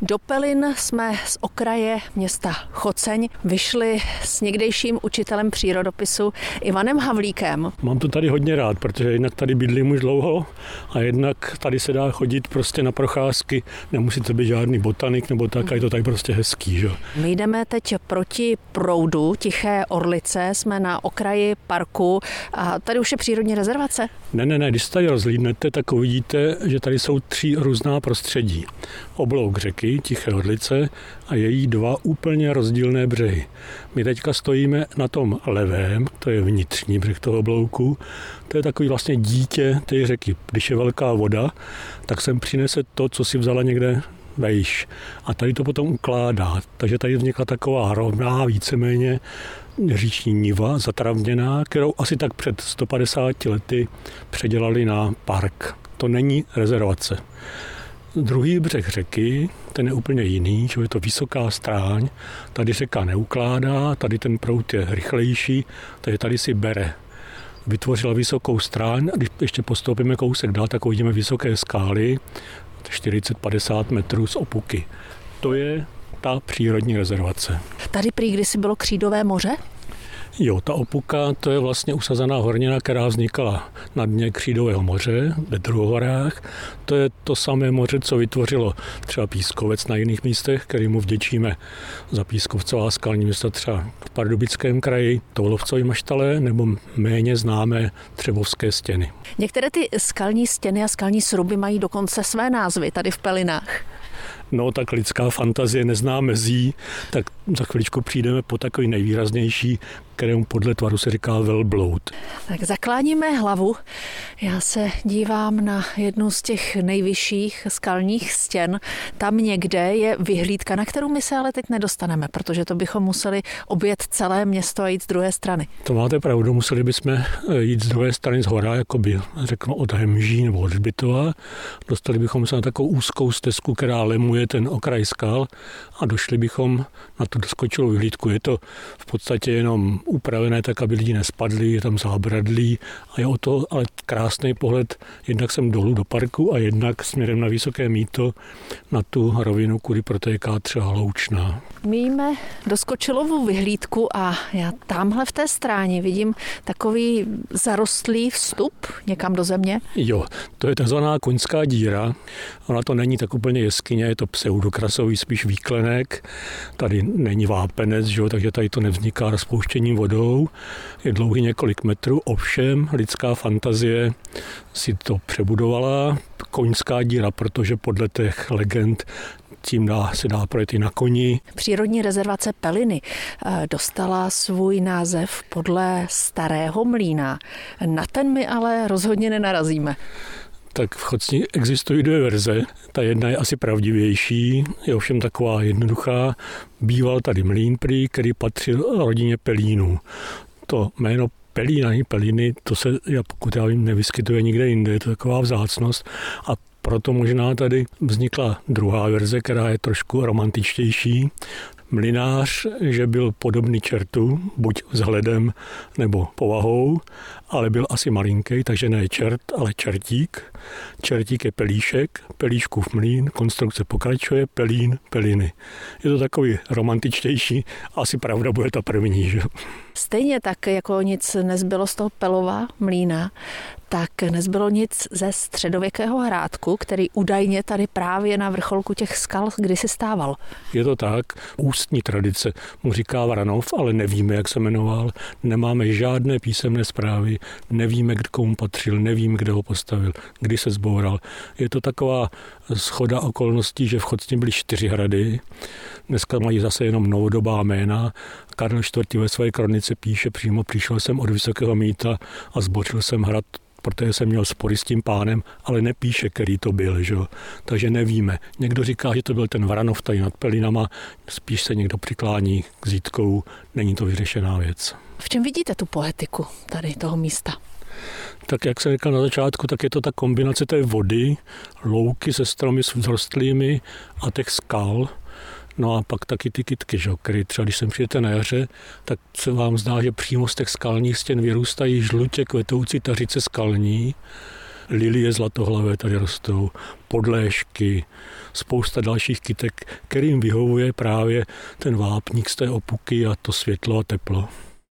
Do Pelin jsme z okraje města Choceň vyšli s někdejším učitelem přírodopisu Ivanem Havlíkem. Mám to tady hodně rád, protože jednak tady bydlím už dlouho a jednak tady se dá chodit prostě na procházky, nemusíte být žádný botanik nebo tak, a je to tak prostě hezký. Že? My jdeme teď proti proudu Tiché Orlice, jsme na okraji parku a tady už je přírodní rezervace. Ne, když se tady rozhlídnete, tak uvidíte, že tady jsou 3 různá prostředí. Oblouk řeky Tiché Orlice a její 2 úplně rozdílné břehy. My teďka stojíme na tom levém, to je vnitřní břeh toho oblouku, to je takový vlastně dítě té řeky. Když je velká voda, tak sem přinese to, co si vzala někde vejš. A tady to potom ukládá. Takže tady vznikla taková rovná, víceméně říční niva, zatravněná, kterou asi tak před 150 lety předělali na park. To není rezervace. Druhý břeh řeky, ten je úplně jiný, že je to vysoká stráň, tady řeka neukládá, tady ten proud je rychlejší, takže tady si bere. Vytvořila vysokou stráň a když ještě postoupíme kousek dál, tak uvidíme vysoké skály, 40-50 metrů z opuky. To je ta přírodní rezervace. Tady prý kdysi bylo Křídové moře? Jo, ta opuka, to je vlastně usazená hornina, která vznikala na dně Křídového moře, ve Druhohorách. To je to samé moře, co vytvořilo třeba Pískovec na jiných místech, kterému vděčíme za pískovcová skalní města třeba v Pardubickém kraji, Toulovcovy maštale nebo méně známé Třebovské stěny. Některé ty skalní stěny a skalní sruby mají dokonce své názvy tady v Pelinách. No, tak lidská fantazie nezná mezí, tak za chviličku přijdeme po takový nejvýraznější, kterému podle tvaru se říká velbloud. Tak zakláníme hlavu. Já se dívám na jednu z těch nejvyšších skalních stěn. Tam někde je vyhlídka, na kterou my se ale teď nedostaneme, protože to bychom museli objet celé město a jít z druhé strany. To máte pravdu, museli bychom jít z druhé strany z hora, jakoby řeknu od Hemží nebo od Hřbitova. Dostali bychom se na takovou úzkou stezku, která lemuje ten okraj skal a došli bychom na tu doskočilou vyhlídku. Je to v podstatě jenom upravené tak, aby lidi nespadli, je tam zábradlí a je o to ale krásný pohled jednak sem dolů do parku a jednak směrem na Vysoké Mýto na tu rovinu, kudy protéká třeba Hloučná. Míjíme Doskočilovu vyhlídku a já tamhle v té stráně vidím takový zarostlý vstup někam do země. Jo, to je takzvaná koňská díra. Ona to není tak úplně jeskyně, je to pseudokrasový spíš výklenek. Tady není vápenec, že jo, takže tady to nevzniká rozpouštěním vodou. Je dlouhý několik metrů, ovšem lidská fantazie si to přebudovala. Koňská díra, protože podle těch legend tím se dá projet i na koni. Přírodní rezervace Peliny dostala svůj název podle starého mlýna. Na ten my ale rozhodně nenarazíme. Tak v Chocni existují 2 verze. Ta jedna je asi pravdivější, je ovšem taková jednoduchá. Býval tady mlýn prý, který patřil rodině Pelínů. To jméno Pelín ani Peliny, to se, pokud já vím, nevyskytuje nikde jinde, je to taková vzácnost a proto možná tady vznikla druhá verze, která je trošku romantičtější. Mlynář, že byl podobný čertu, buď vzhledem nebo povahou, ale byl asi malinký, takže ne čert, ale čertík. Čertík je pelíšek, pelíškův mlýn, konstrukce pokračuje, Pelín, Peliny. Je to takový romantičtější, asi pravda bude ta první, že? Stejně tak, jako nic nezbylo z toho Pelova mlýna, tak nezbylo nic ze středověkého hrádku, který údajně tady právě na vrcholku těch skal kdysi stával. Je to tak, ústní tradice mu říká Vranov, ale nevíme, jak se jmenoval, nemáme žádné písemné zprávy, nevíme, k komu patřil, nevíme, kde ho postavil, kdy se zboural. Je to taková shoda okolností, že v Chocni byly 4 hrady, dneska mají zase jenom novodobá jména. Karel IV. Ve své kronice píše přímo, přišel jsem od Vysokého Mýta a zbořil jsem hrad, protože jsem měl spory s tím pánem, ale nepíše, který to byl, že? Takže nevíme. Někdo říká, že to byl ten Vranov tady nad Pelinama, spíš se někdo přiklání k zítkou, není to vyřešená věc. V čem vidíte tu poetiku tady toho místa? Tak jak jsem říkal na začátku, tak je to ta kombinace té vody, louky se stromy s vzrostlými a těch skal. No a pak taky ty kytky, které třeba když sem přijete na jaře, tak se vám zdá, že přímo z těch skalních stěn vyrůstají žlutě kvetoucí tařice skalní lilie zlatohlavé tady rostou, podléšky, spousta dalších kytek, kterým vyhovuje právě ten vápník z té opuky a to světlo a teplo.